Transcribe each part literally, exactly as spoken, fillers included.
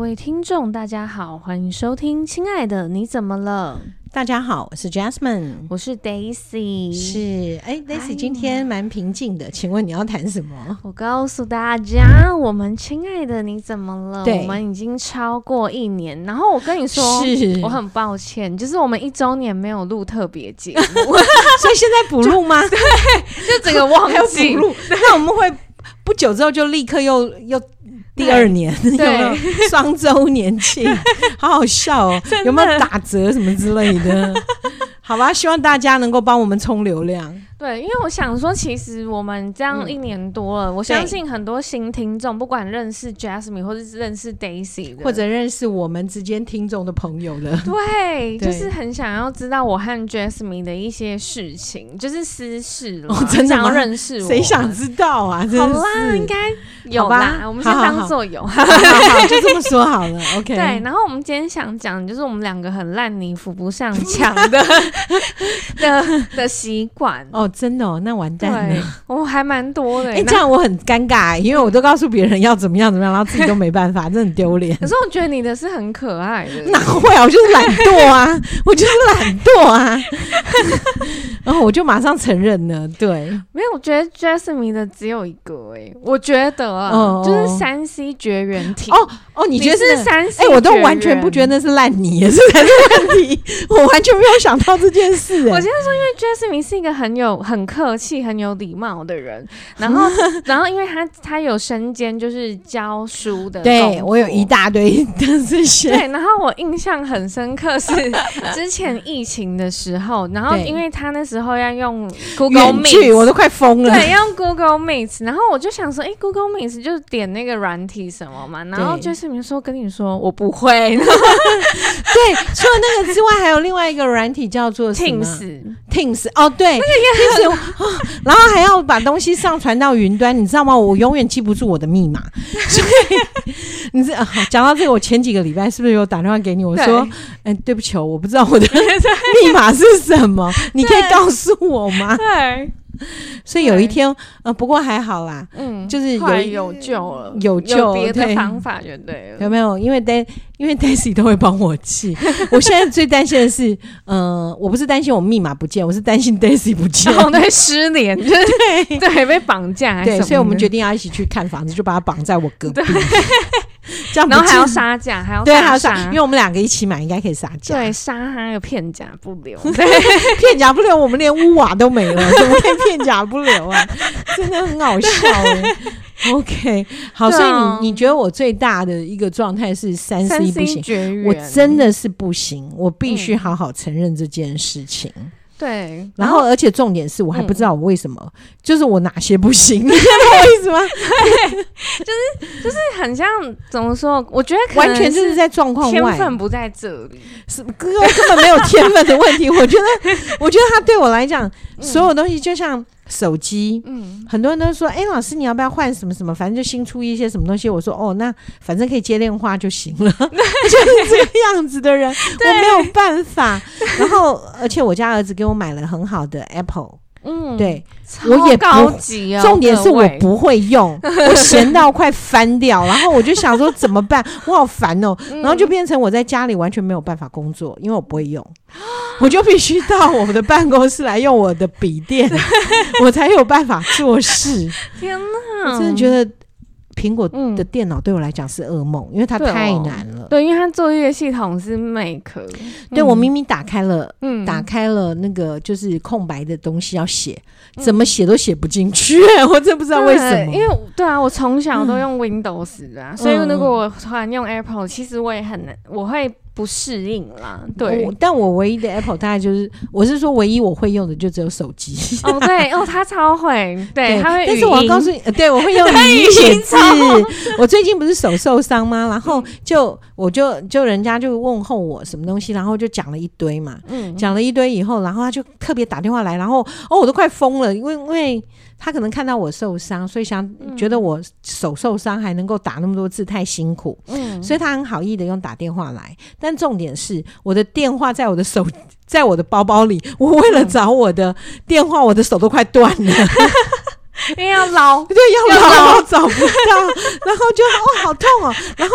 位听众大家好，欢迎收听亲爱的你怎么了。 大家好，我是 Jasmine， 我是 Daisy。 是哎 Daisy 今天蛮平静的，请问你要谈什么？ 我告诉大家，我们亲爱的你怎么了， 对， 我们已经超过一年，然后我跟你说是我很抱歉，就是我们一周年没有录特别节目所以现在补录吗？ 对，就整个忘记补录。那我们会不久之后就立刻又又第二年，有没有双周年庆？好好笑哦！有没有打折什么之类的？好吧，希望大家能够帮我们冲流量。 对，因为我想说，其实我们这样一年多了，嗯、我相信很多新听众，不管认识 Jasmine 或者认识 Daisy 的， 或者认识我们之间听众的朋友了， 对，就是很想要知道我和 Jasmine 的一些事情，就是私事了。 哦，真的吗？ 想要认识我， 谁想知道啊？真的是好啦，应该有啦，我们先当做有， 好好 好, 好，就这么说好了。OK， 对。然后我们今天想讲，就是我们两个很烂泥扶不上墙的的的习惯。 哦，真的哦，那完蛋了。 我还蛮多的。 哎、欸，这样我很尴尬，因为我都告诉别人要怎么样怎么样，然后自己都没办法，真的很丢脸。 可是我觉得你的是很可爱的。 哪会啊？我就是懒惰啊，我就是懒惰啊。然后我就马上承认了，对。 没有，我觉得 Jasmine 的只有一个哎、欸，我觉得啊， 哦、 就是三 C 绝缘体。 哦哦，你觉得是三 C？ 哎、欸，我都完全不觉得那是烂泥，这才是问题。我完全没有想到这件事、欸。 我现在说，因为 Jasmine 是一个很有、很客气、很有礼貌的人，然后，然后因为他他有身兼就是教书的， 对我有一大堆的这些。 对，然后我印象很深刻是之前疫情的时候，然后因为他那时候要用 Google Meet， 我都快疯了。 对，用 Google Meet， 然后我就想说，哎、欸、，Google Meet 就点那个软体什么嘛，然后 Jasmine 说跟你说我不会。对， 除了那个之外，还有另外一个软体叫做 Teams。Teams 哦，对，那个、哦、然后还要把东西上传到云端，你知道吗？我永远记不住我的密码，所以你知道，讲到这个，我前几个礼拜是不是有打电话给你？我说，哎、欸，对不起，我不知道我的密码是什么，你可以告诉我吗？ 对。 所以有一天，呃，不过还好啦，嗯，就是有有救了， 有救， 有别的方法就对了， 有没有？因为 Day， 因为 Daisy 都会帮我记。我现在最担心的是，呃，我不是担心我密码不见，我是担心 Daisy 不见， 哦，对，失联，就是对对，被绑架还是什么？ 对，所以我们决定要一起去看房子，就把它绑在我隔壁。这样然后还要杀价，还要对，还要杀，因为我们两个一起买，应该可以杀价。 对，杀他个片甲不留， 片甲不留，我们连屋瓦都没了，怎么会片甲不留啊？真的很好笑哎、欸。OK， 好，所以你你觉得我最大的一个状态是三 C 不行，我真的是不行，我必须好好承认这件事情。嗯对， 然后而且重点是我还不知道我为什么，嗯、就是我哪些不行，你知道我意思吗？ 对，就是就是很像怎么说？我觉得可能完全就是在状况外， 天分不在这里， 是根本没有天分的问题。我觉得，我觉得他对我来讲，嗯、所有东西就像手机，嗯，很多人都说，哎、欸，老师你要不要换什么什么？反正就新出一些什么东西。我说，哦，那反正可以接电话就行了，就是这个样子的人，我没有办法。然后，而且我家儿子给我买了很好的 Apple。嗯，对，我也不高级哦。 重点是我不会用，我闲到快翻掉，然后我就想说怎么办？我好烦哦、嗯，然后就变成我在家里完全没有办法工作，因为我不会用，我就必须到我的办公室来用我的笔电，我才有办法做事。 天哪， 我真的觉得苹果的电脑对我来讲是噩梦、嗯，因为它太难了。 对，因为它作业系统是 Mac。 对、嗯，我明明打开了，嗯，打开了那个就是空白的东西要写，嗯、怎么写都写不进去，我真不知道为什么。 因为对啊，我从小都用 Windows 的、啊嗯，所以如果我突然用 Apple， 其实我也很难，我会不适应啦。对， 我但我唯一的 Apple 大概就是，我是说唯一我会用的就只有手机。 哦，对，哦，他超会，对，对他会语音。 但是我要告诉你，对我会用语音写字。我最近不是手受伤吗？然后就我就就人家就问候我什么东西，然后就讲了一堆嘛，嗯，讲了一堆以后，然后他就特别打电话来，然后哦，我都快疯了，因为因为他可能看到我受伤，所以想、嗯、觉得我手受伤还能够打那么多字太辛苦，嗯，所以他很好意的用打电话来。但重点是我的电话在我的手在我的包包里，我为了找我的电话，我的手都快断了。因为要捞， 对，要捞，找不到，然后就哦好痛哦，然后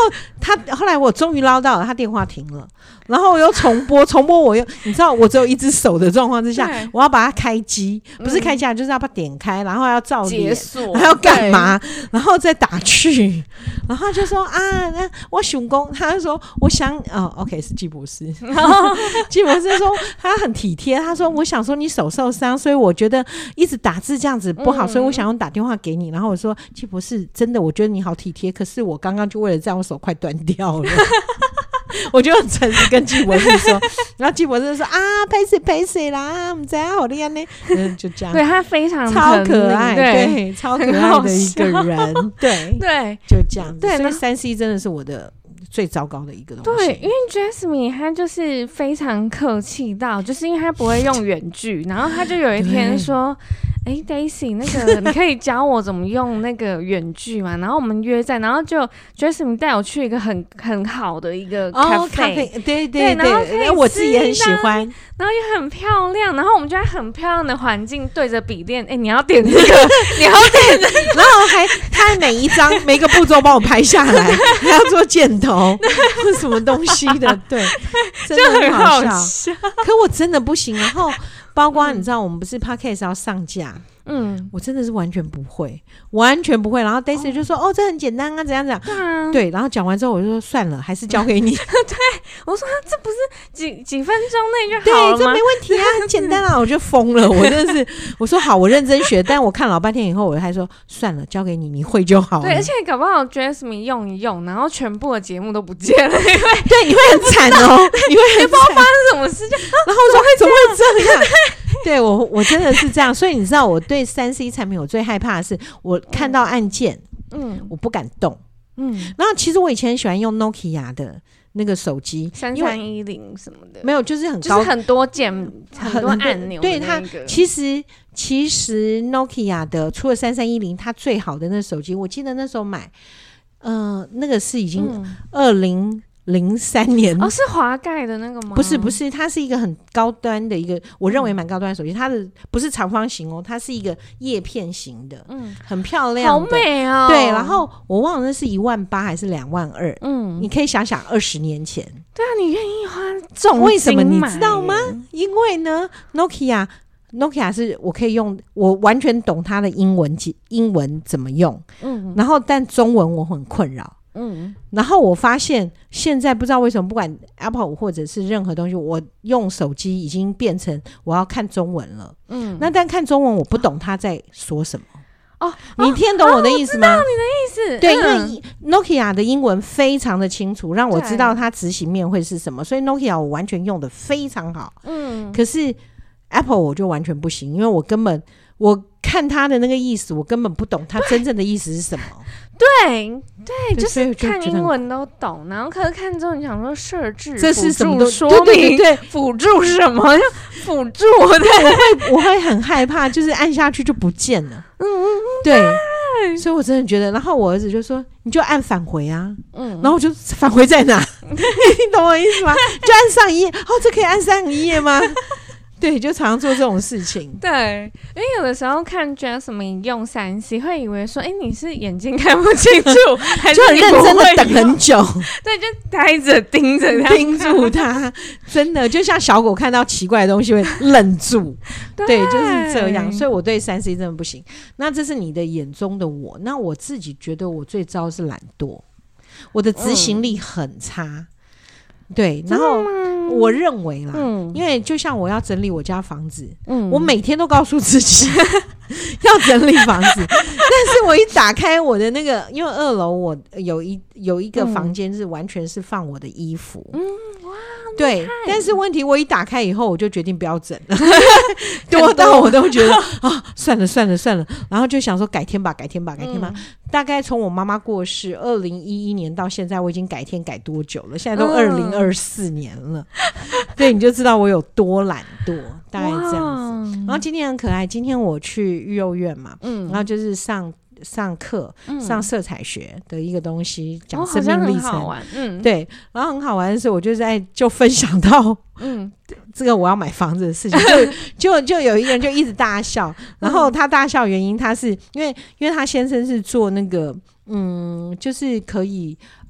他后来我终于捞到了，他电话停了，然后我又重拨，重拨我又，你知道我只有一只手的状况之下，我要把它开机，不是开机啊，就是要把它点开，然后要照脸，还要干嘛，然后再打去，然后他就说啊，那我想讲，他就说我想哦 ，OK 是季博士，季博士说他很体贴，他说我想说你手受伤，所以我觉得一直打字这样子不好，嗯、所以我想用打电话给你，然后我说季博士真的，我觉得你好体贴，可是我刚刚就为了这样，我手快断掉了。我就很诚实跟季博士说，然后季博士说啊，拍谁拍谁啦，不知道好厉害呢，嗯，就这样。 对他非常超可爱，对，对超可爱的一个人，对对， 就这样子。对，所以三 C 真的是我的最糟糕的一个东西。 对，因为 Jasmine 她就是非常客气到，就是因为她不会用远距，然后她就有一天说。哎 ，Daisy， 那个你可以教我怎么用那个远距嘛？然后我们约在，然后就 Jasmine 带我去一个很很好的一个咖啡，哦、咖啡对对 对, 对，然后可以我自己也很喜欢， 然后也很漂亮，然后我们就在很漂亮的环境对着笔电，哎，你要点这个，你要点这个， 然后还他还每一张每个步骤帮我拍下来，还要做箭头，是什么东西的？对，真的很好笑。好笑可我真的不行，然后。包括你知道我们不是 podcast 要上架，嗯，我真的是完全不会，完全不会。然后 Daisy 就说：“哦, 哦，这很简单啊，怎样怎样。”对啊，对。然后讲完之后，我就说：“算了，还是交给你。” 对，我说：“这不是几几分钟内就好了吗？” 对，这没问题啊，很简单啊。我就疯了，我真的是，我说好，我认真学。但我看老半天以后，我还说算了，交给你，你会就好了。 对，而且搞不好 Jasmine 用一用，然后全部的节目都不见了，因为对，你会很惨哦，你会很不知道发生什么事情。 然后我说：“怎么会这样？”对我，我真的是这样，所以你知道，我对三 C 产品我最害怕的是，我看到按键，嗯，我不敢动，嗯。然后其实我以前很喜欢用 Nokia 的那个手机， 三三一零什么的， 没有，就是很高， 就是很多键，很多按钮、那個。 对它，其实其实 Nokia 的除了三三一零，它最好的那手机，我记得那时候买，呃，那个是已经二零。零三年哦，是滑盖的那个吗？ 不是不是，它是一个很高端的一个，我认为蛮高端的手机。它的不是长方形哦，它是一个叶片型的，嗯，很漂亮的， 好美哦。 对，然后我忘了那是一万八还是两万二，嗯，你可以想想二十年前。 对啊，你愿意花重金买？ 为什么你知道吗？因为呢 ，Nokia。Nokia 是我可以用，我完全懂它的英文英文怎么用，嗯，然后但中文我很困扰。嗯，然后我发现现在不知道为什么，不管 Apple 或者是任何东西，我用手机已经变成我要看中文了。嗯，那但看中文我不懂他在说什么。哦，你听懂我的意思吗？ 哦、我知道你的意思。 对，嗯、因为 Nokia 的英文非常的清楚，让我知道它执行面会是什么，所以 Nokia 我完全用的非常好。嗯，可是 Apple 我就完全不行，因为我根本我看他的那个意思，我根本不懂他真正的意思是什么。 对对，就是看英文都懂，然后可是看中你想说设置这是什么说明，对对对，辅助什么辅助， 对，我会我会很害怕，就是按下去就不见了。嗯嗯嗯，对，所以我真的觉得，然后我儿子就说你就按返回啊，嗯，然后我就返回在哪？你懂我意思吗？就按上一页，哦，这可以按上一页吗？对，就常常做这种事情。 对，因为有的时候看 Jasmine 用三 C， 会以为说，哎，你是眼睛看不清楚，还是就很认真的等很久？ 对，就呆着盯着他， 盯住他，真的就像小狗看到奇怪的东西会愣住。对, 对，就是这样。所以我对三 C 真的不行。那这是你的眼中的我，那我自己觉得我最糟是懒惰，我的执行力很差。嗯对，然后我认为啦、嗯，因为就像我要整理我家房子，嗯，我每天都告诉自己要整理房子，但是我一打开我的那个，因为二楼我有一有一个房间是完全是放我的衣服，嗯，哇，对，但是问题我一打开以后，我就决定不要整了，多到我都觉得啊，算了算了算了，然后就想说改天吧，改天吧，改天吧。嗯、大概从我妈妈过世二零一一年到现在，我已经改天改多久了？现在都二零二四年了，所以你就知道我有多懒惰，大概这样子。然后今天很可爱，今天我去育幼院嘛，嗯，然后就是上。上课、嗯、上色彩学的一个东西，讲生命历程、哦、好玩嗯，对，然后很好玩的是我就在就分享到嗯，这个我要买房子的事情，就就就有一个人就一直大笑，然后他大笑原因他是因为因为他先生是做那个嗯，就是可以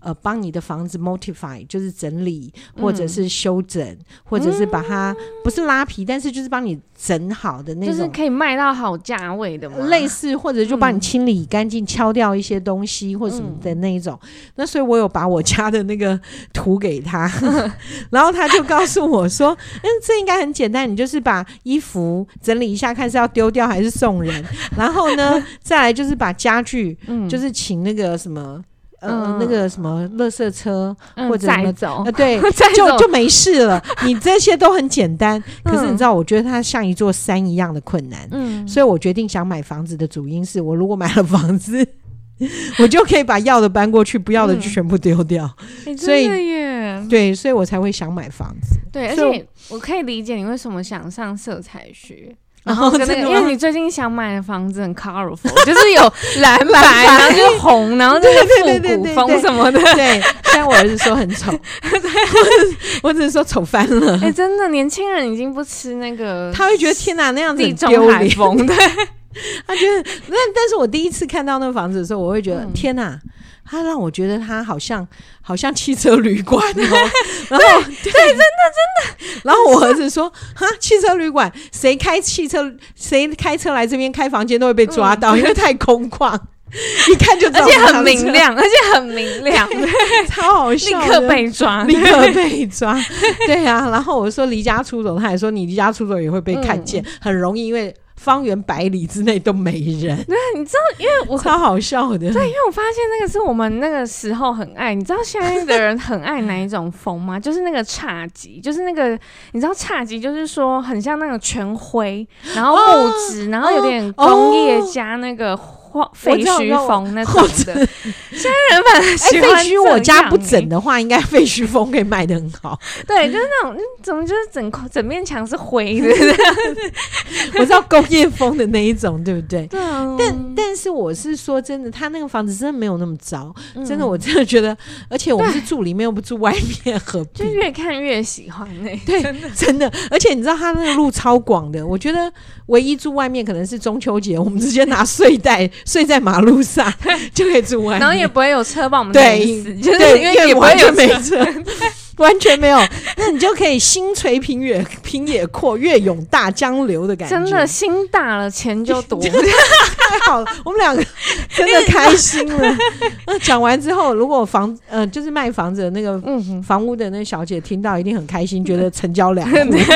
呃帮你的房子 modify， 就是整理或者是修整，嗯、或者是把它、嗯、不是拉皮，但是就是帮你整好的那种， 就是可以卖到好价位的嘛， 类似，或者就帮你清理干净、嗯、敲掉一些东西或什么的那一种。嗯、那所以我有把我家的那个图给他，然后他就告诉我说：“嗯，这应该很简单，你就是把衣服整理一下，看是要丢掉还是送人。然后呢，再来就是把家具，嗯、就是请那个什么。”呃，嗯、那个什么垃圾车、嗯、或者什么走、 呃、对，就就没事了。你这些都很简单，可是你知道，我觉得它像一座山一样的困难。嗯，所以我决定想买房子的主因是我如果买了房子，我就可以把要的搬过去，不要的就全部丢掉。 嗯、 所以真的耶， 对，所以我才会想买房子。 对，而且我可以理解你为什么想上色彩学。然后跟那个，因为你最近想买的房子很 colorful， 就是有蓝白，然后就是红，然后就是复古风什么的。 对，虽然我儿子说很丑，我只是说丑翻了。 哎、欸，真的，年轻人已经不吃那个， 他会觉得天哪，那样子很丢脸。 对， 他觉得那，但是我第一次看到那个房子的时候，我会觉得、嗯、天哪。他让我觉得他好像好像汽车旅馆哦，然后对, 对，真的真的。 然后我儿子说：“哈，汽车旅馆，谁开汽车，谁开车来这边开房间都会被抓到，嗯、因为太空旷，一看就知道。而且很明亮，而且很明亮， 超好笑， 立刻被抓， 立刻被抓。对啊，然后我说离家出走，他还说你离家出走也会被看见，嗯、很容易，因为。”方圆百里之内都没人。 对，你知道，因为我超好笑的。 对，因为我发现那个是我们那个时候很爱。你知道现在的人很爱哪一种风吗？就是那个侘寂，就是那个你知道侘寂，就是说很像那种全灰，然后木质，哦、然后有点工业加那个。废墟风那种的，现在人反而喜欢、欸、废墟我家不整的话，应该废墟风可以卖得很好。 对，就是那种怎么就是整整面墙是灰的， 我知道工业风的那一种，对不对？ 对啊。 但但是我是说真的，他那个房子真的没有那么糟，嗯、真的我真的觉得，而且我们是住里面又不住外面，何必？ 就越看越喜欢呢、欸。 对，真的真的，而且你知道他那个路超广的，我觉得唯一住外面可能是中秋节，我们直接拿睡袋。睡在马路上就可以住外面， 然后也不会有车把我们累死，就是因为也不会有没车，完全没有。那你就可以心垂平野平野阔，越涌大江流的感觉。 真的心大了，钱就多， 太好了，我们两个真的开心了。那讲完之后，如果房呃就是卖房子的那个房屋的那小姐听到，一定很开心，觉得成交两户。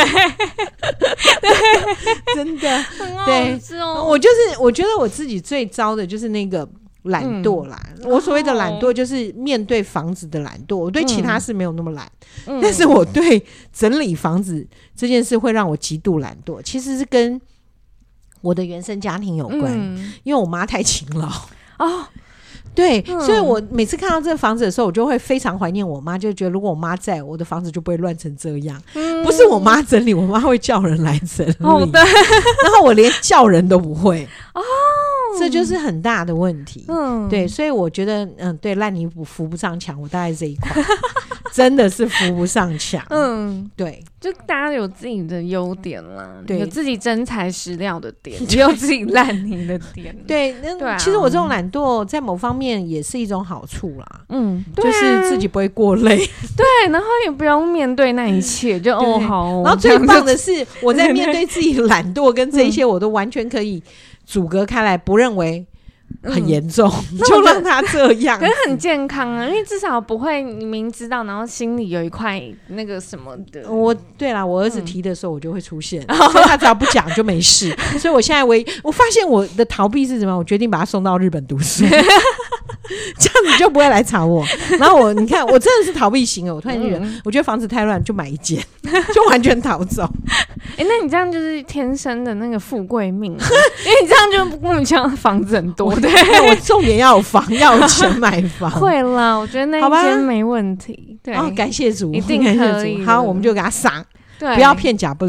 真的，对，我就是我觉得我自己最糟的就是那个懒惰啦、嗯、我所谓的懒惰就是面对房子的懒惰，我对其他事没有那么懒、嗯、但是我对整理房子这件事会让我极度懒惰，其实是跟我的原生家庭有关、嗯、因为我妈太勤劳哦，对、嗯、所以我每次看到这个房子的时候，我就会非常怀念我妈，就觉得如果我妈在，我的房子就不会乱成这样、嗯、不是我妈整理，我妈会叫人来整理、哦、对然后我连叫人都不会哦，这就是很大的问题。嗯，对，所以我觉得嗯，对，烂泥扶不上墙，我大概这一块真的是扶不上墙。嗯，对， 就大家有自己的优点啦，对，有自己真材实料的点，也有自己烂泥的点。 对，对、啊，其实我这种懒惰在某方面也是一种好处啦。嗯，对啊、就是自己不会过累， 对，然后也不用面对那一切，就哦好。 然后最棒的是，我在面对自己懒惰跟这一些，我都完全可以阻隔开来，不认为很严重、嗯、就让他这样， 可是很健康啊，因为至少不会你明知道然后心里有一块那个什么的。 我对啦，我儿子提的时候我就会出现、嗯、所以他只要不讲就没事所以我现在唯一我发现我的逃避是什么，我决定把他送到日本读书这样子就不会来吵我然后我你看我真的是逃避型，我突然觉得、嗯、我觉得房子太乱就买一间就完全逃走哎、欸，那你这样就是天生的那个富贵命、啊、因为你这样就莫名其妙房子很多对我重点要有房要有钱买房会啦，我觉得那一间没问题。对、 哦，感谢主， 一定可以。 好，我们就给他撒，不要片假不留，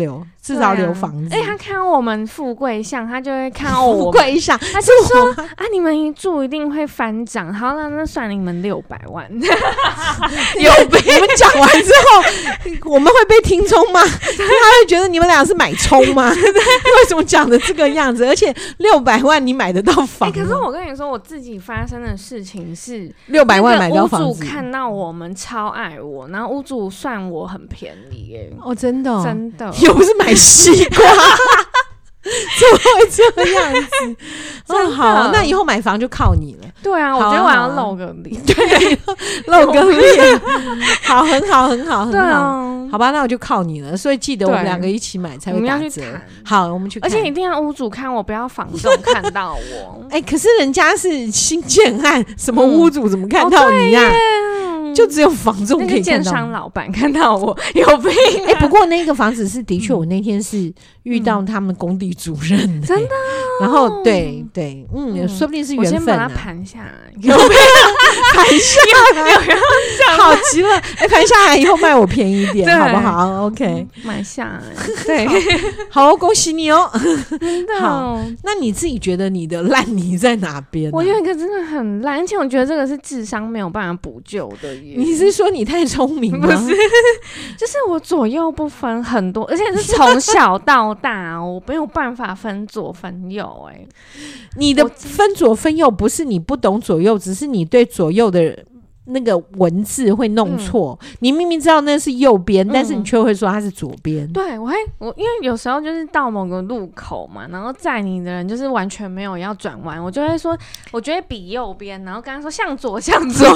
至少留房子。 哎、啊，他看到我们富贵相，他就会看到我富贵相， 他就说啊，你们一住一定会翻涨。好了，那算你们六百万。 有病！我们讲完之后，我们会被听冲吗？他会觉得你们俩是买冲吗？为什么讲的这个样子？而且六百万你买得到房、啊？ 哎、欸，可是我跟你说，我自己发生的事情是六百万买到房子。 屋主看到我们超爱我，然后屋主算我很便宜耶、欸。 哦，真的、哦， 真的， 又不是买西瓜。怎么会这样子？哦，好，那以后买房就靠你了。 对啊，我觉得我要露个脸， 对，露个脸，好，很好，很好，很好。 啊、 好吧，那我就靠你了。所以记得我们两个一起买才会打折。好，我们去看， 而且一定要屋主看我，不要房仲看到我。 哎、欸，可是人家是新建案，什么屋主怎么看到你呀、啊？嗯哦、就只有房仲可以看到。那个建商老板看到我有病、啊。 哎、欸，不过那个房子是的确，我那天是遇到他们工地主任、欸， 真的。 然后对对，嗯，嗯说不定是缘分、啊。 我先把它盘下来， 有没有盘下来？有没有好极了！哎、欸，盘下来以后卖我便宜一点，好不好 ？OK， 买下来。对， 好，恭喜你哦！ 真的。 好，那你自己觉得你的烂泥在哪边、啊？ 我有一个真的很烂，而且我觉得这个是智商没有办法补救的耶。 你是说你太聪明吗？ 不是，就是我左右不分很多，而且是从小到大、哦，我没有办法分左分右。哎， 你的分左分右不是你不懂左右，只是你对左右的那个文字会弄错、嗯。你明明知道那是右边、嗯，但是你却会说它是左边。 对，我会我因为有时候就是到某个路口嘛，然后载你的人就是完全没有要转弯，我就会说，我觉得比右边，然后跟他说向左向左。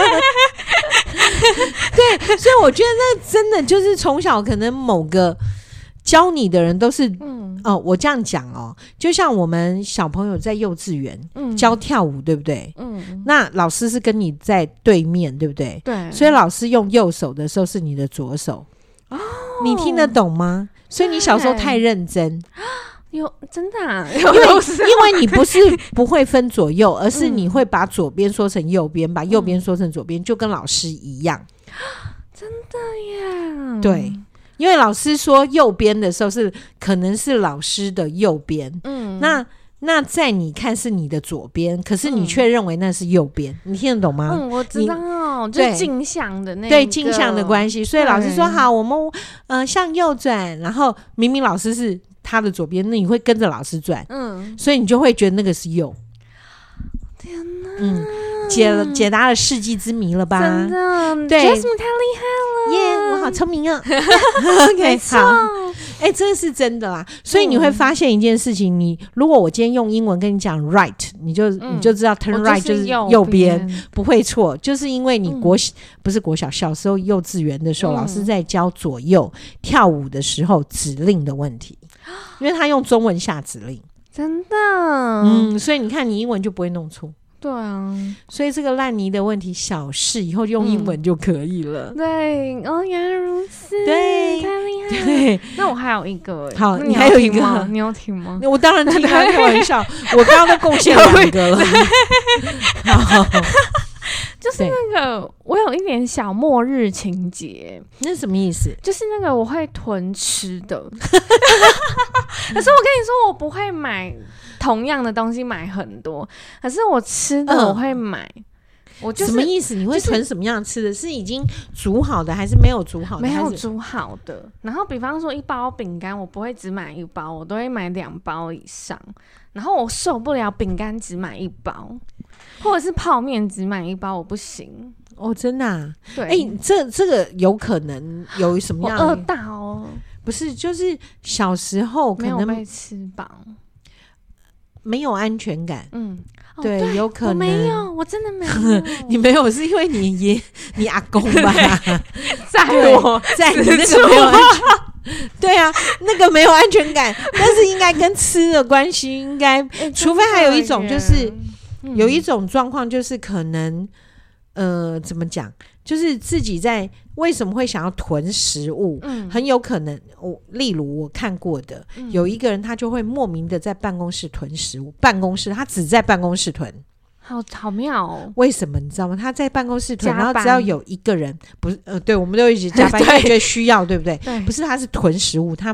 对，所以我觉得那真的就是从小可能某个教你的人都是，嗯，哦，我这样讲哦，就像我们小朋友在幼稚园、嗯、教跳舞，对不对？嗯，那老师是跟你在对面，对不对？ 对， 所以老师用右手的时候是你的左手，哦，你听得懂吗？所以你小时候太认真。 有真的、啊， 因为因为你不是不会分左右，而是你会把左边说成右边、嗯，把右边说成左边，就跟老师一样。 真的呀？ 对，因为老师说右边的时候是可能是老师的右边，嗯，那那在你看是你的左边，可是你却认为那是右边、嗯，你听得懂吗？ 嗯，我知道，就是镜像的那个对镜像的关系，所以老师说好，我们呃向右转，然后明明老师是他的左边，那你会跟着老师转，嗯，所以你就会觉得那个是右。 天哪， 嗯，解了解答了世纪之谜了吧？ 真的， 对 Jasmine 太厉害了， 耶、yeah, 我好聪明啊！OK， 好，哎、欸，这是真的啦。所以你会发现一件事情，你如果我今天用英文跟你讲 right， 你就、嗯、你就知道 turn right 就是右边，不会错，就是因为你国、嗯、不是国小，小时候幼稚园的时候、嗯，老师在教左右跳舞的时候指令的问题，因为他用中文下指令。 真的， 嗯，所以你看，你英文就不会弄错。 对啊， 所以这个烂泥的问题小事，以后用英文就可以了。 嗯、对，哦，原来如此， 对， 太厉害了。 对， 那我还有一个， 好， 你还有一个， 你有听吗？ 我当然听啊，开玩笑，我刚刚都贡献两个了。好。 就是那个，我有一点小末日情节， 那什么意思？ 就是那个我会囤吃的，可是我跟你说，我不会买同样的东西买很多，可是我吃的我会买。嗯、我就是什么意思？你会囤什么样吃的？是已经煮好的，还是没有煮好的？ 没有煮好的。然后，比方说一包饼干，我不会只买一包，我都会买两包以上。然后我受不了饼干只买一包。或者是泡面只买一包，我不行哦，真的、啊。 对， 哎、欸，这这个有可能有什么样的？ 我饿到哦， 不是，就是小时候可能没有被吃饱， 没有安全感。嗯， 哦、 对， 对， 有可能。 我没有，我真的没有。 你没有是因为你爷、你阿公吧？ 在我在你那个没有安全。对啊，那个没有安全感，但是应该跟吃的关系，应该、欸，除非还有一种就是。有一种状况就是可能，呃，怎么讲？就是自己在为什么会想要囤食物？嗯，很有可能，我例如我看过的、嗯，有一个人他就会莫名的在办公室囤食物，办公室他只在办公室囤。 好好妙哦！ 为什么你知道吗？他在办公室囤，然后只要有一个人不是呃，对，我们都一起加班，因为觉得需要，对不对？ 对， 不是他是囤食物，他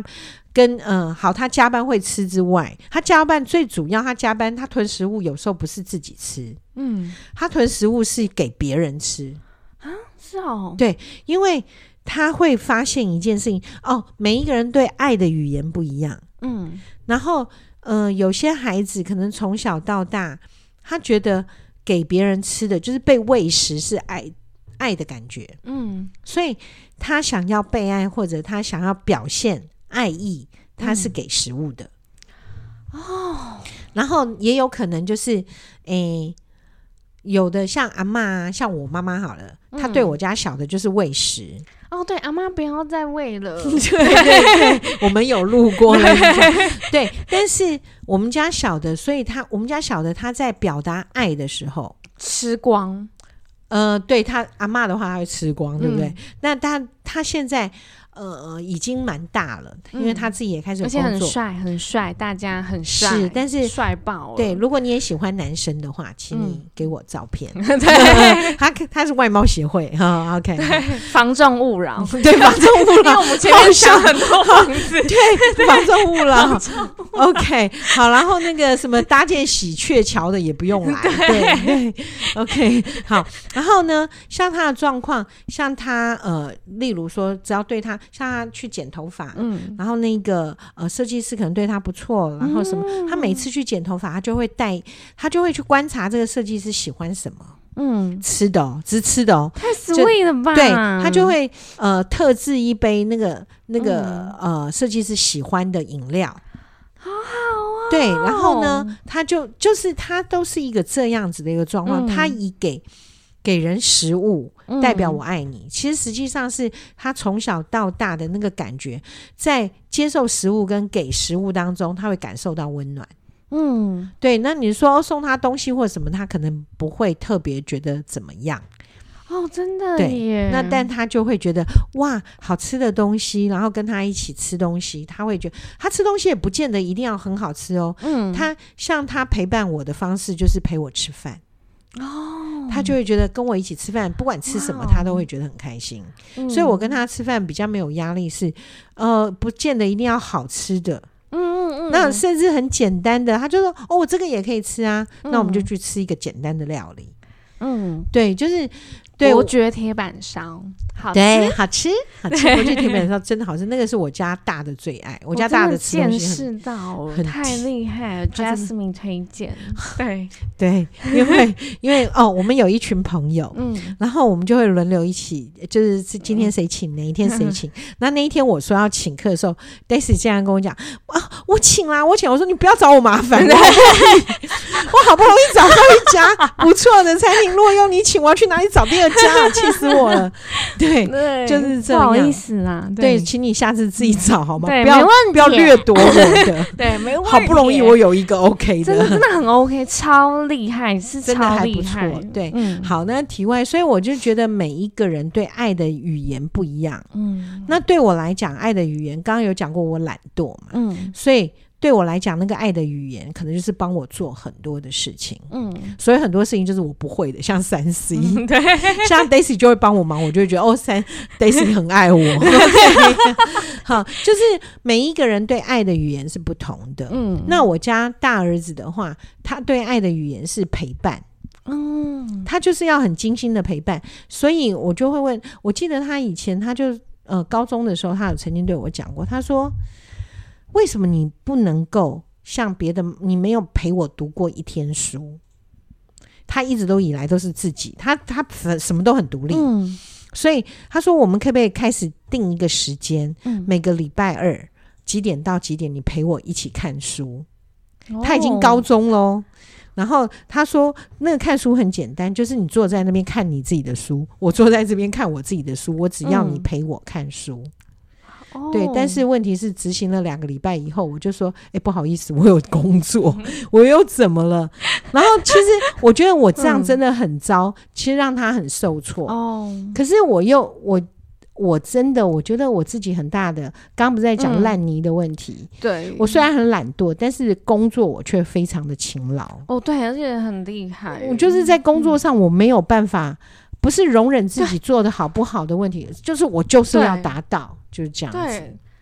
跟呃好，他加班会吃之外，他加班最主要，他加班他囤食物有时候不是自己吃，嗯，他囤食物是给别人吃啊，是哦， 对，因为他会发现一件事情哦，每一个人对爱的语言不一样，嗯，然后呃有些孩子可能从小到大，他觉得给别人吃的就是被喂食是爱爱的感觉，嗯，所以他想要被爱或者他想要表现爱意，他是给食物的、嗯、哦，然后也有可能就是诶，有的像阿嬷，像我妈妈好了，她对我家小的就是喂食、 嗯、哦，对，阿嬷不要再喂了对对对，我们有录过了对，但是我们家小的，所以他我们家小的他在表达爱的时候吃光， 呃，对，他阿嬷的话他会吃光，对不对、嗯、那他他现在呃，已经蛮大了，因为他自己也开始有工作， 而且很帅，很帅，大家很帅， 是，但是帅爆了。 对，如果你也喜欢男生的话，请你给我照片。嗯、对，他他是外貌协会哈 ，OK， 防重勿扰， 对，防重勿扰， 因为我们前面讲很多房子， 对，防重勿扰 ，OK， 好，然后那个什么搭建喜鹊桥的也不用来，对对 ，OK， 好，然后呢，像他的状况，像他呃，例如说，只要对他。像他去剪头发、嗯、然后那个呃设计师可能对他不错，然后什么、嗯、他每次去剪头发他就会带他就会去观察这个设计师喜欢什么，嗯，吃的哦，只是吃的哦， 太 sweet 了吧， 对，他就会呃特制一杯那个那个、嗯、呃设计师喜欢的饮料， 好好啊、哦， 对，然后呢他就就是他都是一个这样子的一个状况、嗯、他以给给人食物代表我爱你、嗯、其实实际上是他从小到大的那个感觉，在接受食物跟给食物当中他会感受到温暖，嗯，对，那你说送他东西或什么他可能不会特别觉得怎么样哦，真的对， 耶， 那但他就会觉得哇好吃的东西，然后跟他一起吃东西，他会觉得他吃东西也不见得一定要很好吃哦，嗯，他像他陪伴我的方式就是陪我吃饭哦，他就会觉得跟我一起吃饭不管吃什么他都会觉得很开心、嗯、所以我跟他吃饭比较没有压力，是呃不见得一定要好吃的，嗯嗯嗯，那甚至很简单的他就说哦我这个也可以吃啊、嗯、那我们就去吃一个简单的料理，嗯，对，就是对伯爵铁板烧好吃， 对，好吃好吃，伯爵铁板烧真的好吃，那个是我家大的最爱，我家大的吃东西很见识到了，太厉害了 Jasmine 推荐对对，因为因为哦我们有一群朋友，嗯，然后我们就会轮流一起，就是今天谁请哪一天谁请、嗯、那那一天我说要请客的时候 Daisy 竟然跟我讲啊我请啦我请，我说你不要找我麻烦我好不容易找到一家不错的餐厅，如果用你请我要去哪里找第二家啊，气死我了对, 对就是这样， 不好意思啦， 对, 对请你下次自己找好吗？ 对， 不要没问题， 不要掠夺我的对，没问题， 好不容易我有一个 OK 的， 真的真的很 OK， 超厉害，是超厉害， 真的还不错，对、嗯、好，那题外，所以我就觉得每一个人对爱的语言不一样，嗯，那对我来讲爱的语言刚刚有讲过我懒惰嘛，嗯，所以对我来讲那个爱的语言可能就是帮我做很多的事情，嗯，所以很多事情就是我不会的，像三 C、嗯、对，像 Daisy 就会帮我忙，我就会觉得哦三 Daisy 很爱我好，就是每一个人对爱的语言是不同的，嗯，那我家大儿子的话他对爱的语言是陪伴，嗯，他就是要很精心的陪伴，所以我就会问，我记得他以前他就呃高中的时候他有曾经对我讲过，他说为什么你不能够像别的，你没有陪我读过一天书，他一直都以来都是自己，他他什么都很独立、嗯、所以他说我们可不可以开始定一个时间、嗯、每个礼拜二几点到几点你陪我一起看书、哦、他已经高中咯，然后他说那个看书很简单，就是你坐在那边看你自己的书，我坐在这边看我自己的书，我只要你陪我看书、嗯对，但是问题是执行了两个礼拜以后我就说哎、欸，不好意思我有工作我又怎么了，然后其实我觉得我这样真的很糟、嗯、其实让他很受挫哦。可是我又我我真的我觉得我自己很大的，刚刚不是在讲烂泥的问题、嗯、对，我虽然很懒惰但是工作我却非常的勤劳哦，对，而且很厉害，我就是在工作上我没有办法、嗯、不是容忍自己做的好不好的问题，就是我就是要达到，就是这样子。对，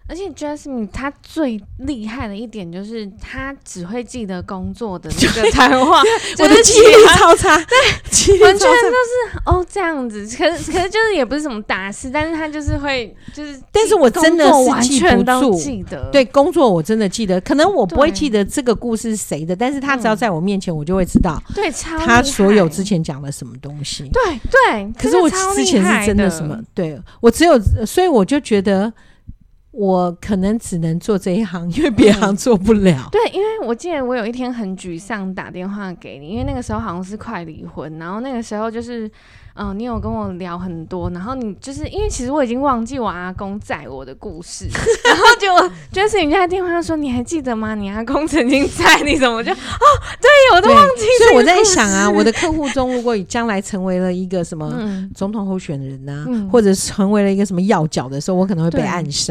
而且 Jasmine 她最厉害的一点就是她只会记得工作的那个谈话， 我的记忆力超差， 对，完全就是哦这样子。可是可是就是也不是什么大事，但是她就是会就是， 但是我真的是记不住， 记得对工作我真的记得，可能我不会记得这个故事是谁的，但是他只要在我面前，我就会知道， 对，超他所有之前讲了什么东西， 对对。 可是我之前是真的什么，对我只有，所以我就觉得。我可能只能做这一行，因为别行做不了、嗯。 对，因为我记得我有一天很沮丧打电话给你，因为那个时候好像是快离婚，然后那个时候就是，嗯、呃，你有跟我聊很多，然后你就是因为其实我已经忘记我阿公载我的故事，然后结果就是你在电话上说你还记得吗？你阿公曾经载你，怎么就哦，对，我都忘记。 所以我在想啊，我的客户中如果将来成为了一个什么总统候选人啊，嗯、或者成为了一个什么要角的时候，我可能会被暗杀。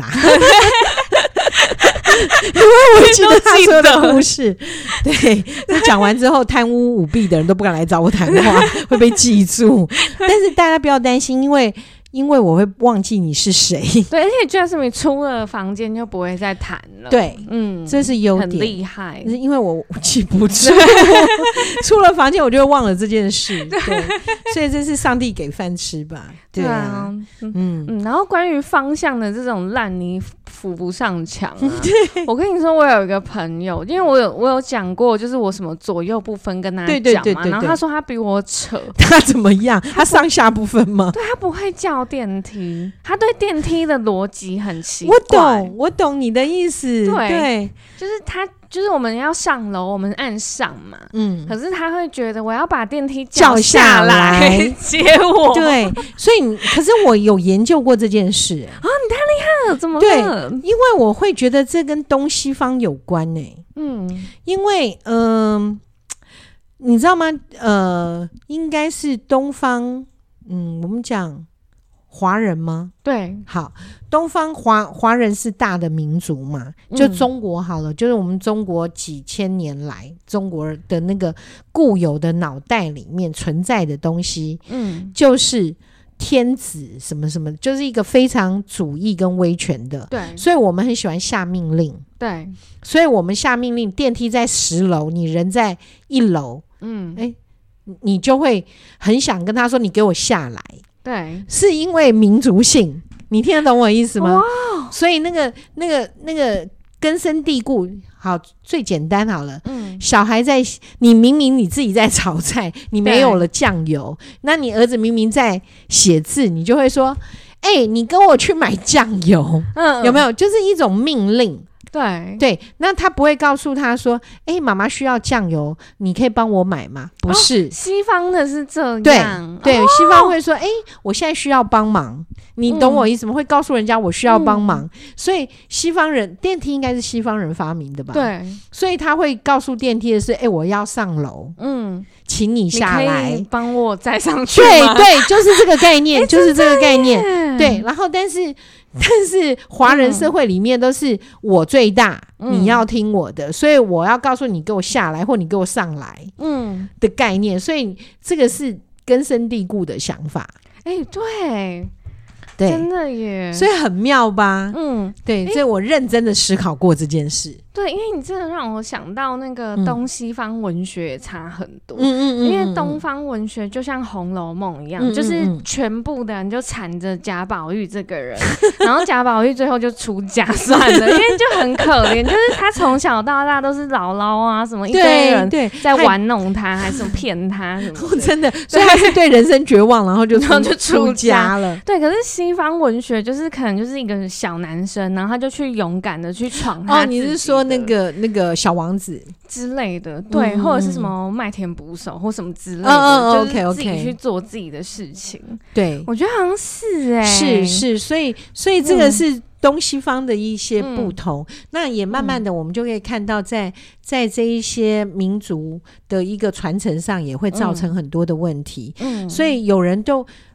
因为我记得他说的故事，对，那讲完之后，贪污舞弊的人都不敢来找我谈话，会被记住。但是大家不要担心，因为因为我会忘记你是谁。 对，而且 Jasmine 出了房间就不会再谈了。 对，嗯，这是优点， 很厉害。 是因为我记不住，出了房间我就会忘了这件事。对，所以这是上帝给饭吃吧。对啊， 对啊嗯嗯。然后关于方向的这种烂泥扶不上墙啊，我跟你说，我有一个朋友，因为我有我有讲过，就是我什么左右不分跟他讲嘛，对对对对对，然后他说他比我扯。 他怎么样？他上下不分吗？ 对，他不会叫电梯，他对电梯的逻辑很奇怪。 我懂，我懂你的意思。对，对就是他。就是我们要上楼，我们按上嘛，嗯，可是他会觉得我要把电梯叫下来接我， 对，所以可是我有研究过这件事啊，你太厉害了，怎么了？ 对，因为我会觉得这跟东西方有关呢、欸，嗯，因为嗯、呃，你知道吗？呃，应该是东方，嗯，我们讲华人吗？ 对， 好，东方华华人是大的民族嘛，就中国好了、嗯，就是我们中国几千年来中国的那个固有的脑袋里面存在的东西，嗯，就是天子什么什么，就是一个非常主义跟威权的， 对， 所以我们很喜欢下命令， 对， 所以我们下命令，电梯在十楼，你人在一楼，嗯，哎，你就会很想跟他说，你给我下来。 对， 是因为民族性，你听得懂我意思吗？哇，所以那个、那个、那个根深蒂固。好，最简单好了，嗯，小孩在，你明明你自己在炒菜，你没有了酱油，那你儿子明明在写字，你就会说，哎、欸，你跟我去买酱油，嗯，有没有？就是一种命令。 对对，那他不会告诉他说，哎、欸，妈妈需要酱油，你可以帮我买吗？不是、哦、 西方的是这样， 对对、哦，西方会说，哎、欸，我现在需要帮忙，你懂我意思吗？嗯、会告诉人家我需要帮忙、嗯，所以西方人电梯应该是西方人发明的吧？ 对， 所以他会告诉电梯的是，哎、欸，我要上楼，嗯，请你下来， 你可以帮我载上去吗？ 对对，就是这个概念，欸、就是这个概念，对，然后但是。但是华人社会里面都是我最大、嗯、你要听我的，所以我要告诉你给我下来或你给我上来嗯的概念，所以这个是根深蒂固的想法。 哎、欸，对对， 真的耶， 所以很妙吧？嗯，对，所以我认真的思考过这件事。 对，因为你真的让我想到那个东西方文学也差很多。嗯嗯嗯，因为东方文学就像《红楼梦》一样、嗯嗯嗯，就是全部的人就缠着贾宝玉这个人，然后贾宝玉最后就出家算了，因为就很可怜，就是他从小到大都是姥姥啊什么一堆人在玩弄他，还是骗他什么的， 真的，所以他是对人生绝望，然后就然后就出家了。 对，可是西方文学就是可能就是一个小男生，然后他就去勇敢的去闯他自己的。 哦，你是说那个那个小王子之类的，对、嗯，或者是什么麦田捕手或什么之类的，嗯、就是自己去做自己的事情。对，我觉得好像是哎、 欸，是是，所以所以这个是东西方的一些不同。嗯、那也慢慢的，我们就可以看到在，在在这一些民族的一个传承上，也会造成很多的问题。嗯，所以有人都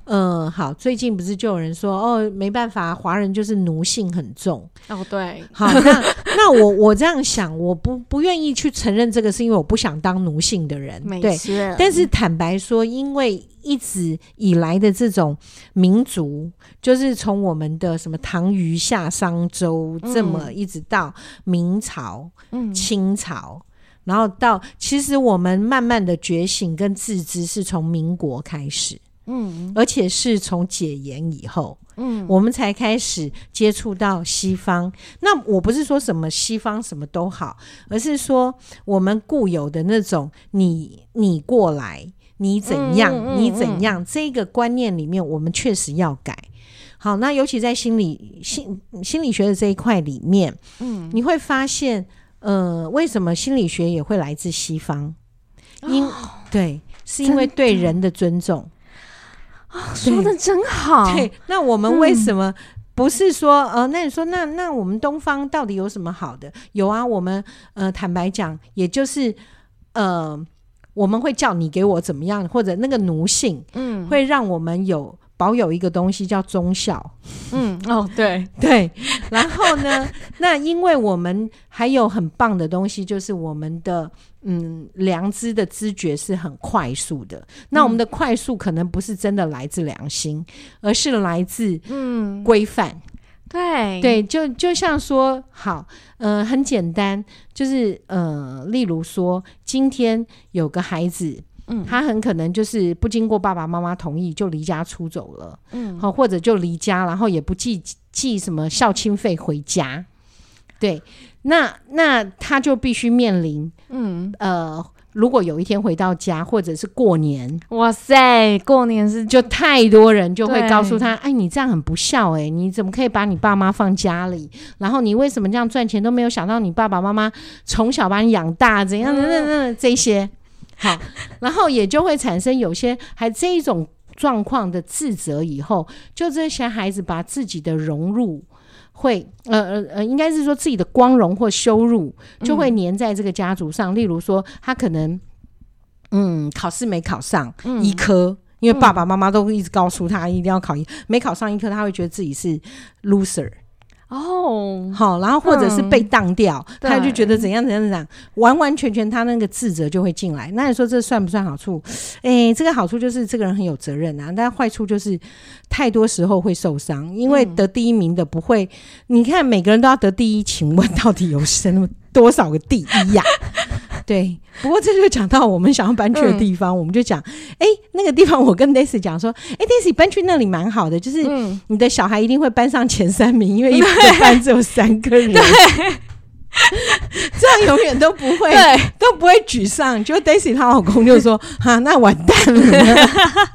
呃，好，最近不是就有人说哦，没办法，华人就是奴性很重。 哦，对， 好，那那我我这样想，我不不愿意去承认这个，是因为我不想当奴性的人，对。但是坦白说，因为一直以来的这种民族，就是从我们的什么唐虞夏商周，嗯、这么一直到明朝、嗯、清朝。然后到其实我们慢慢的觉醒跟自知是从民国开始，嗯，而且是从解严以后，嗯，我们才开始接触到西方。那我不是说什么西方什么都好，而是说我们固有的那种你你过来你怎样、嗯嗯嗯、你怎样这个观念里面我们确实要改。好，那尤其在心理心心理学的这一块里面，嗯，你会发现呃，为什么心理学也会来自西方？因、哦、对，是因为对人的尊重。 哦、说的真好。 对，那我们为什么不是说、嗯、呃，那你说那那我们东方到底有什么好的？有啊，我们呃，坦白讲，也就是呃，我们会叫你给我怎么样，或者那个奴性，嗯，会让我们有。保有一个东西叫忠孝， 嗯，哦，对对，然后呢，那因为我们还有很棒的东西，就是我们的嗯良知的知觉是很快速的。那我们的快速可能不是真的来自良心，而是来自嗯规范。 对对，就就像说，好，呃，很简单，就是呃，例如说，今天有个孩子。嗯、他很可能就是不经过爸爸妈妈同意就离家出走了，嗯，或者就离家，然后也不寄寄什么孝亲费回家，对，那那他就必须面临，嗯，呃，如果有一天回到家，或者是过年， 哇塞，过年是就太多人就会告诉他，哎，你这样很不孝，哎，你怎么可以把你爸妈放家里？然后你为什么这样赚钱都没有想到你爸爸妈妈从小把你养大，怎样的、嗯嗯、这些。好，然后也就会产生有些还这一种状况的自责，以后就这些孩子把自己的融入会呃呃呃，应该是说自己的光荣或羞辱就会粘在这个家族上、嗯、例如说他可能嗯考试没考上医科、嗯、因为爸爸妈妈都一直告诉他一定要考医、嗯、没考上医科他会觉得自己是 loser哦，好，然后或者是被当掉、嗯、他就觉得怎样怎样怎样，完完全全他那个自责就会进来。那你说这算不算好处？哎，这个好处就是这个人很有责任啊，但坏处就是太多时候会受伤，因为得第一名的不会、嗯、你看每个人都要得第一，请问到底有生多少个第一呀、啊？对，不过这就讲到我们想要搬去的地方、嗯、我们就讲哎，那个地方我跟 Daisy 讲说哎 Daisy 搬去那里蛮好的，就是你的小孩一定会搬上前三名，因为一个班只有三个人，对，这样永远都不会对都不会沮丧。就 Daisy 她老公就说哈那完蛋了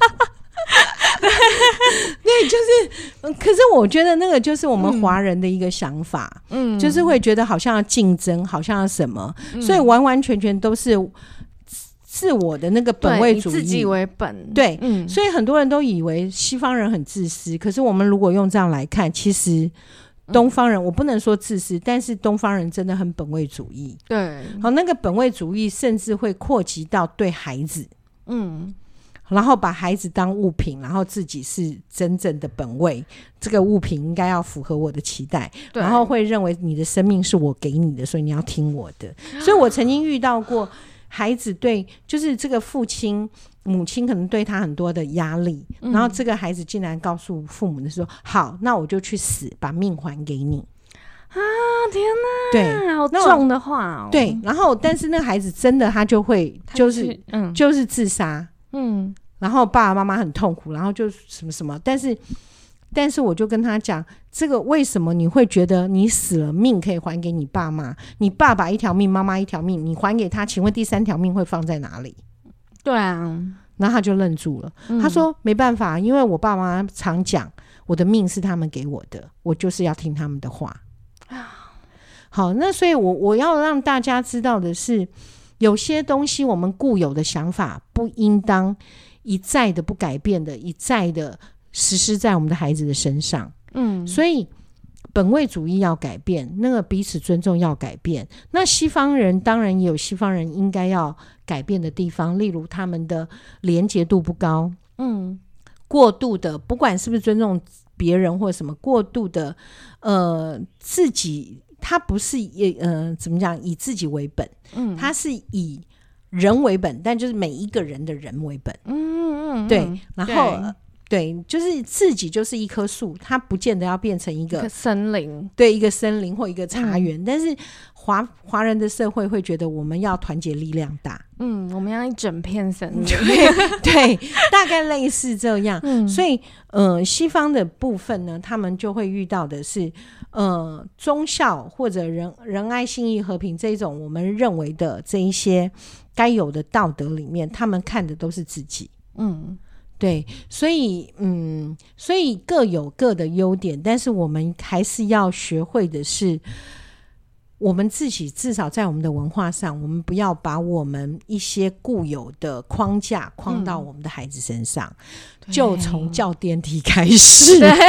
对，就是可是我觉得那个就是我们华人的一个想法，嗯，就是会觉得好像要竞争，好像要什么、嗯、所以完完全全都是自我的那个本位主义， 以自己为本， 对、嗯、所以很多人都以为西方人很自私，可是我们如果用这样来看，其实东方人、嗯、我不能说自私，但是东方人真的很本位主义， 对， 好，那个本位主义甚至会扩及到对孩子，嗯，然后把孩子当物品，然后自己是真正的本位，这个物品应该要符合我的期待，然后会认为你的生命是我给你的，所以你要听我的。所以我曾经遇到过孩子对就是这个父亲母亲可能对他很多的压力、嗯、然后这个孩子竟然告诉父母的说好，那我就去死，把命还给你啊！天哪， 对， 好重的话哦。 对，然后但是那个孩子真的他就会就是嗯就是自杀，嗯，然后爸爸妈妈很痛苦，然后就什么什么，但是但是我就跟他讲，这个为什么你会觉得你死了命可以还给你爸妈？你爸爸一条命，妈妈一条命，你还给他，请问第三条命会放在哪里？ 对啊， 然后他就愣住了、嗯、他说没办法，因为我爸妈常讲我的命是他们给我的，我就是要听他们的话。好，那所以我我要让大家知道的是，有些东西我们固有的想法不应当一再的不改变的一再的实施在我们的孩子的身上。嗯，所以本位主义要改变，那个彼此尊重要改变。那西方人当然也有西方人应该要改变的地方，例如他们的连结度不高，嗯， 过度的，不管是不是尊重别人或什么，过度的呃自己，他不是也呃怎么讲以自己为本，嗯，他是以人为本，但就是每一个人的人为本，嗯嗯嗯，对，然后对，就是自己就是一棵树，它不见得要变成一个, 一个森林， 对，一个森林或一个茶园，嗯，但是华华人的社会会觉得我们要团结力量大， 嗯，我们要一整片森林， 对对，大概类似这样，嗯，所以呃，西方的部分呢，他们就会遇到的是呃，忠孝或者仁仁爱信义和平这种我们认为的这一些该有的道德里面，他们看的都是自己，嗯。对，所以嗯，所以各有各的优点，但是我们还是要学会的是，我们自己至少在我们的文化上，我们不要把我们一些固有的框架框到我们的孩子身上，嗯，就从叫电梯开始。对。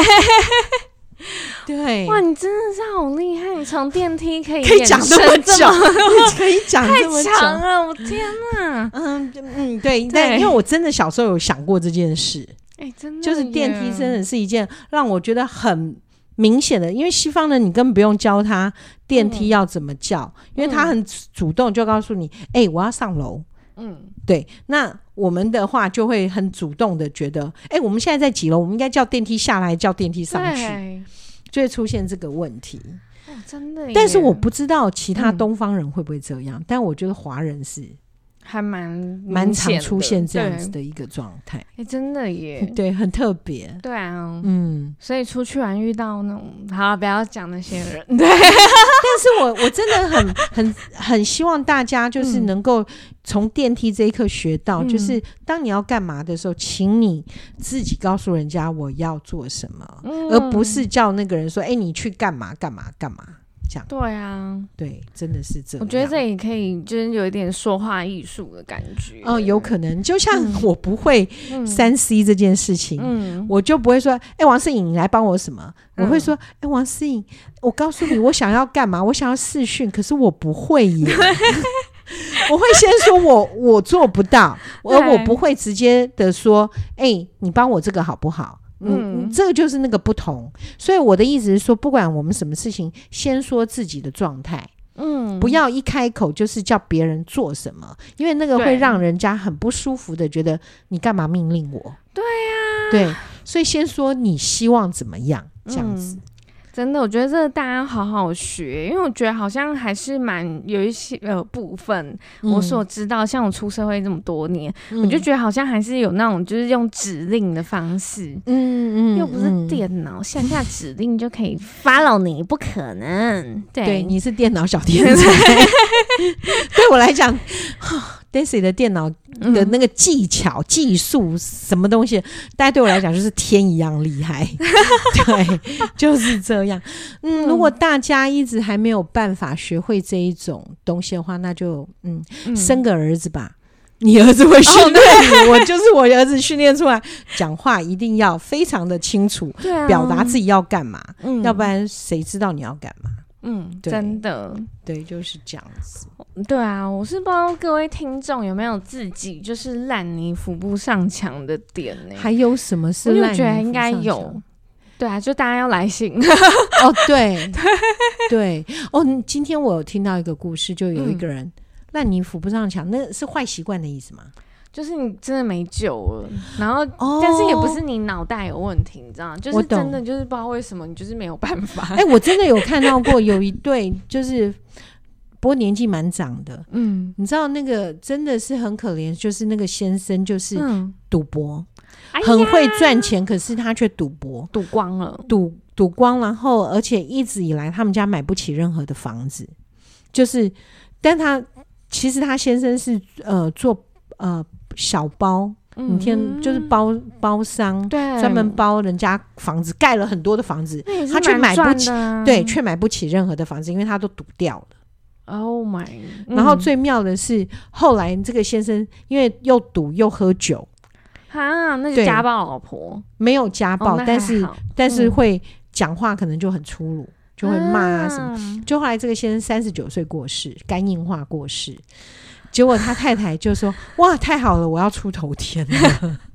对， 哇，你真的是好厉害！你从电梯可以可以讲这么久，可以讲这么久， 太强了！我天哪， 嗯嗯，对，但因为我真的小时候有想过这件事， 哎，真的， 就是电梯真的是一件让我觉得很明显的，因为西方人你根本不用教他电梯要怎么叫，嗯，因为他很主动就告诉你，哎，欸，我要上楼。嗯，对，那我们的话就会很主动的觉得，哎，我们现在在几楼，我们应该叫电梯下来，叫电梯上去，就会出现这个问题。 哦，真的耶。 但是我不知道其他东方人会不会这样，嗯，但我觉得华人是还蛮蛮常出现这样子的一个状态。 哎，真的耶， 对，很特别。 对啊，嗯，所以出去玩遇到那种，好，不要讲那些人。对， 但是我我真的很很很希望大家就是能够从电梯这一刻学到，嗯，就是当你要干嘛的时候，请你自己告诉人家我要做什么，嗯，而不是叫那个人说，哎，你去干嘛干嘛干嘛。这样对啊， 对，真的是这样。 我觉得这也可以，就是有一点说话艺术的感觉。 哦，有可能，就像我不会三 C 这件事情，嗯，我就不会说，哎，王思颖，你来帮我什么？嗯，我会说，哎，王思颖，我告诉你，我想要干嘛？我想要视讯，可是我不会耶。我会先说我我做不到，而我不会直接的说，哎，你帮我这个好不好？嗯，这个就是那个不同，所以我的意思是说，不管我们什么事情，先说自己的状态，嗯，不要一开口就是叫别人做什么，因为那个会让人家很不舒服的觉得你干嘛命令我？ 对啊， 对，所以先说你希望怎么样，这样子。嗯， 真的，我觉得这个大家好好学，因为我觉得好像还是蛮有一些呃部分，嗯，我所知道，像我出社会这么多年，嗯，我就觉得好像还是有那种就是用指令的方式，嗯嗯，又不是电脑，下下指令就可以 follow 你，不可能。对， 对，你是电脑小天才，对我来讲。Daisy 的电脑的那个技巧、嗯、技术什么东西，大家对我来讲就是天一样厉害。对，就是这样。嗯，如果大家一直还没有办法学会这一种东西的话，那就嗯，嗯生个儿子吧。你儿子会训练你，哦、我就是我儿子训练出来，讲话一定要非常的清楚，对啊、表达自己要干嘛、嗯，要不然谁知道你要干嘛？ 嗯，真的， 对，就是这样子。 对啊，我是不知道各位听众有没有自己就是烂泥扶不上墙的点呢、欸？ 还有什么是烂泥扶不上墙？我觉得应该有。对啊，就大家要来信。 哦，对对哦，今天我有听到一个故事，就有一个人、嗯、烂泥扶不上墙，那是坏习惯的意思吗？ 就是你真的没救了，然后、哦、但是也不是你脑袋有问题，你知道吗？就是真的就是不知道为什么你就是没有办法。 哎、欸，我真的有看到过有一对，就是不过年纪蛮长的，嗯，你知道那个真的是很可怜，就是那个先生就是赌博、嗯，很会赚钱，可是他却赌博， 赌光了， 赌赌光，然后而且一直以来他们家买不起任何的房子，就是但他其实他先生是呃做呃。小包，嗯、你听，就是包包商，对，专门包人家房子，盖了很多的房子，他却买不起，对，却买不起任何的房子，因为他都赌掉了。 Oh my！、嗯、 然后最妙的是，后来这个先生因为又赌又喝酒， 啊，那就家暴老婆， 没有家暴，哦、但是但是会讲话可能就很粗鲁，就会骂啊什么、啊。就后来这个先生三十九岁过世，肝硬化过世。结果他太太就说：“哇，太好了，我要出头天了。”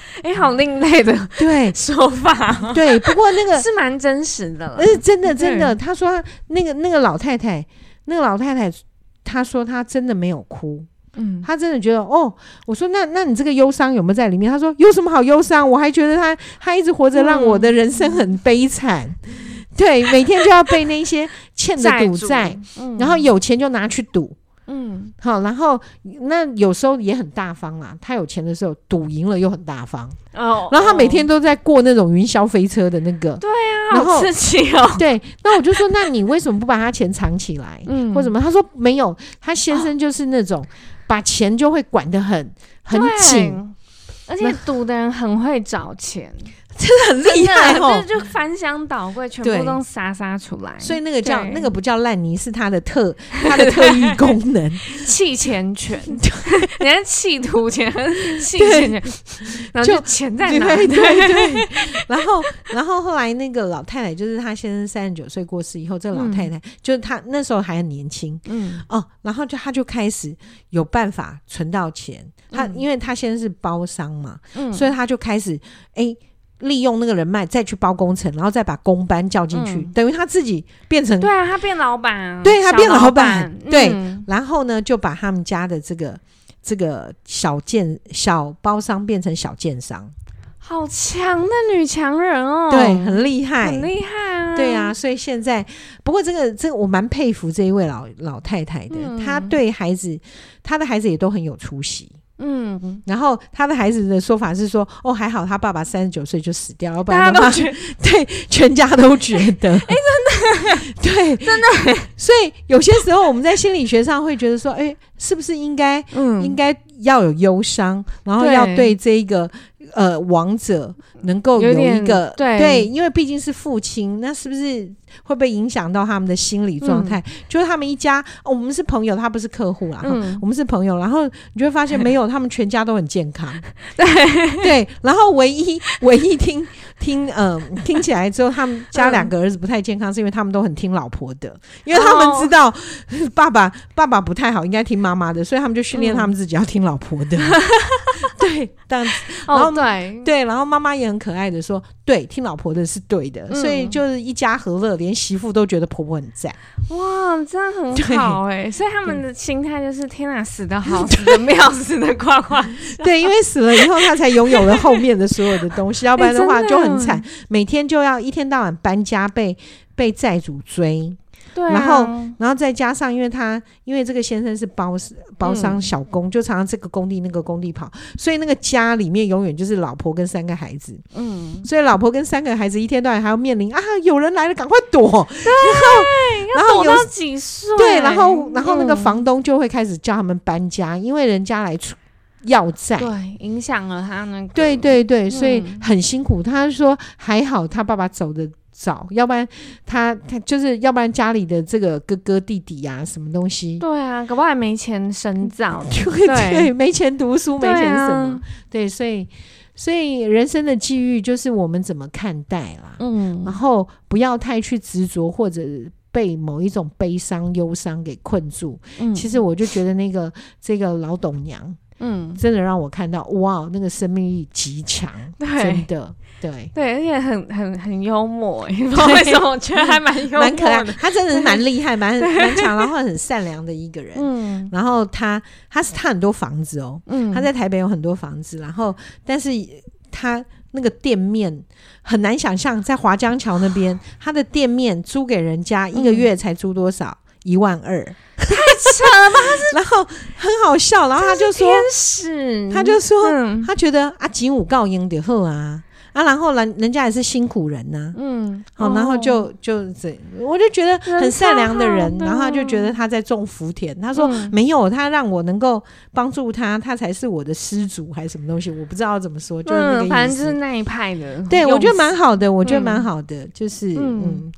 哎、欸，好另类的对说法、哦， 对，不过那个是蛮真实的了， 呃，真的真的，他说他那个那个老太太，那个老太太，她说她真的没有哭。嗯，他真的觉得哦，我说那那你这个忧伤有没有在里面？他说有什么好忧伤？我还觉得他他一直活着，让我的人生很悲惨。嗯、对，每天就要被那些欠的赌债，嗯、然后有钱就拿去赌。嗯，好，然后那有时候也很大方啦。他有钱的时候赌赢了又很大方哦，然后他每天都在过那种云霄飞车的那个， 对啊，好刺激哦。 对，那我就说，那你为什么不把他钱藏起来？嗯，或什么？他说没有，他先生就是那种。把钱就会管得很很紧， 而且赌的人很会找钱， 真的很厉害哦！ 就就翻箱倒柜，全部都杀杀出来。 所以那个叫那个不叫烂泥，是他的特他的特异功能， 弃钱权。你看弃赌钱，弃钱权，然后就钱在哪？ 对对对。然后然后后来那个老太太，就是他先生三十九岁过世以后，这个老太太、嗯、就是他那时候还很年轻，嗯哦，然后就他就开始有办法存到钱。他、嗯、因为他先生是包商嘛，嗯，所以他就开始哎。欸利用那个人脉再去包工程，然后再把工班叫进去、嗯、等于他自己变成对啊，他变老板， 对，他变老板、嗯、对、 嗯、 然后呢就把他们家的这个这个小建小包商变成小建商， 好强的女强人哦， 对，很厉害很厉害啊， 对啊，所以现在不过这个这个我蛮佩服这一位老老太太的、嗯、她对孩子她的孩子也都很有出息，嗯，然后他的孩子的说法是说，哦，还好他爸爸三十九岁就死掉，要不然的话，对，全家都觉得，哎、欸， 真的， 对， 真的， 所以有些时候我们在心理学上会觉得说，哎、欸，是不是应该，嗯，应该要有忧伤，然后要对这一个呃亡者能够有一个对, 对，因为毕竟是父亲，那是不是会不会影响到他们的心理状态、嗯、就是他们一家、哦、我们是朋友，他不是客户啦、嗯、我们是朋友，然后你就会发现没有他们全家都很健康对对，然后唯一唯一听听呃听起来之后他们家两个儿子不太健康、嗯、是因为他们都很听老婆的，因为他们知道、哦、爸爸爸爸不太好，应该听妈妈的，所以他们就训练他们自己要听老婆的、嗯、对，但然后、 哦、对对，然后妈妈也很可爱的说，对，听老婆的是对的、嗯、所以就是一家和乐，连媳妇都觉得婆婆很赞。 哇，这样很好哎、欸！所以他们的心态就是天哪，死得好，死得妙，死得快快。 对，因为死了以后他才拥有了后面的所有的东西，要不然的话就很惨、欸，每天就要一天到晚搬家，被被债主追。 对、啊， 然后，然后再加上，因为他因为这个先生是包包商小工、嗯，就常常这个工地那个工地跑，所以那个家里面永远就是老婆跟三个孩子。嗯，所以老婆跟三个孩子一天到晚还要面临啊，有人来了，赶快躲。 对，然后躲到几岁？ 对，然后然后那个房东就会开始叫他们搬家，因为人家来出要债， 对，影响了他那个。 对对对，所以很辛苦。他说还好他爸爸走的早，要不然他他就是要不然家里的这个哥哥弟弟啊什么东西， 对啊，搞不好还没钱深造， 对对，没钱读书，没钱什么，对、啊、对，所以所以人生的际遇就是我们怎么看待啦，嗯，然后不要太去执着或者被某一种悲伤忧伤给困住、嗯、其实我就觉得那个这个老董娘嗯，真的让我看到哇，那个生命力极强，真的，对对，而且很很很幽默，不知道为什么我觉得还蛮幽默的， 蛮可爱的。他真的是蛮厉害，蛮蛮强，然后很善良的一个人。嗯，然后他他是他很多房子哦，嗯，他在台北有很多房子，然后但是他那个店面很难想象，在华江桥那边，他的店面租给人家一个月才租多少？一万二， 太扯了吧！ 然后很好笑，然后他就说， 天使， 他就说，嗯、他觉得啊，景武告赢的好啊，啊，然后人人家也是辛苦人呐、啊，嗯，好、哦，然后就就这，我就觉得很善良的人，然后他就觉得他在种福田，他说、嗯、没有，他让我能够帮助他，他才是我的施主还是什么东西，我不知道怎么说，就是那个意思， 反正就是那一派的， 对我觉得蛮好的，我觉得蛮好的，嗯、就是嗯。嗯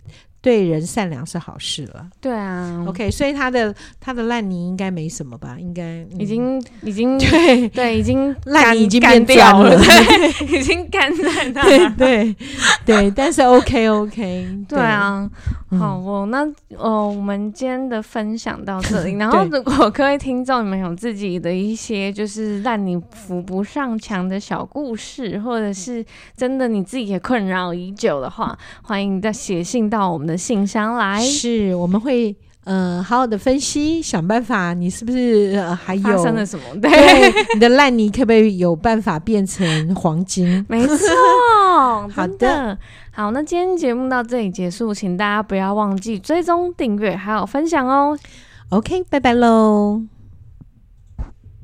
对人善良是好事了。 对啊 OK， 所以他的他的烂泥应该没什么吧，应该、嗯、 已经已经对对已经烂泥已经变干掉了， 对， 已经干在那对对对，但是 OK OK， 对啊。 嗯、 好哦，那呃，我们今天的分享到这里。然后，如果各位听众你们有自己的一些就是让你扶不上墙的小故事，或者是真的你自己也困扰已久的话，欢迎再写信到我们的信箱来。 是，我们会呃好好的分析，想办法，你是不是、呃、还有发生了什么？对， 对你的烂泥可不可以有办法变成黄金？ 没错， 好的。 好，那今天节目到这里结束，请大家不要忘记追踪、订阅还有分享哦。 OK， 拜拜喽。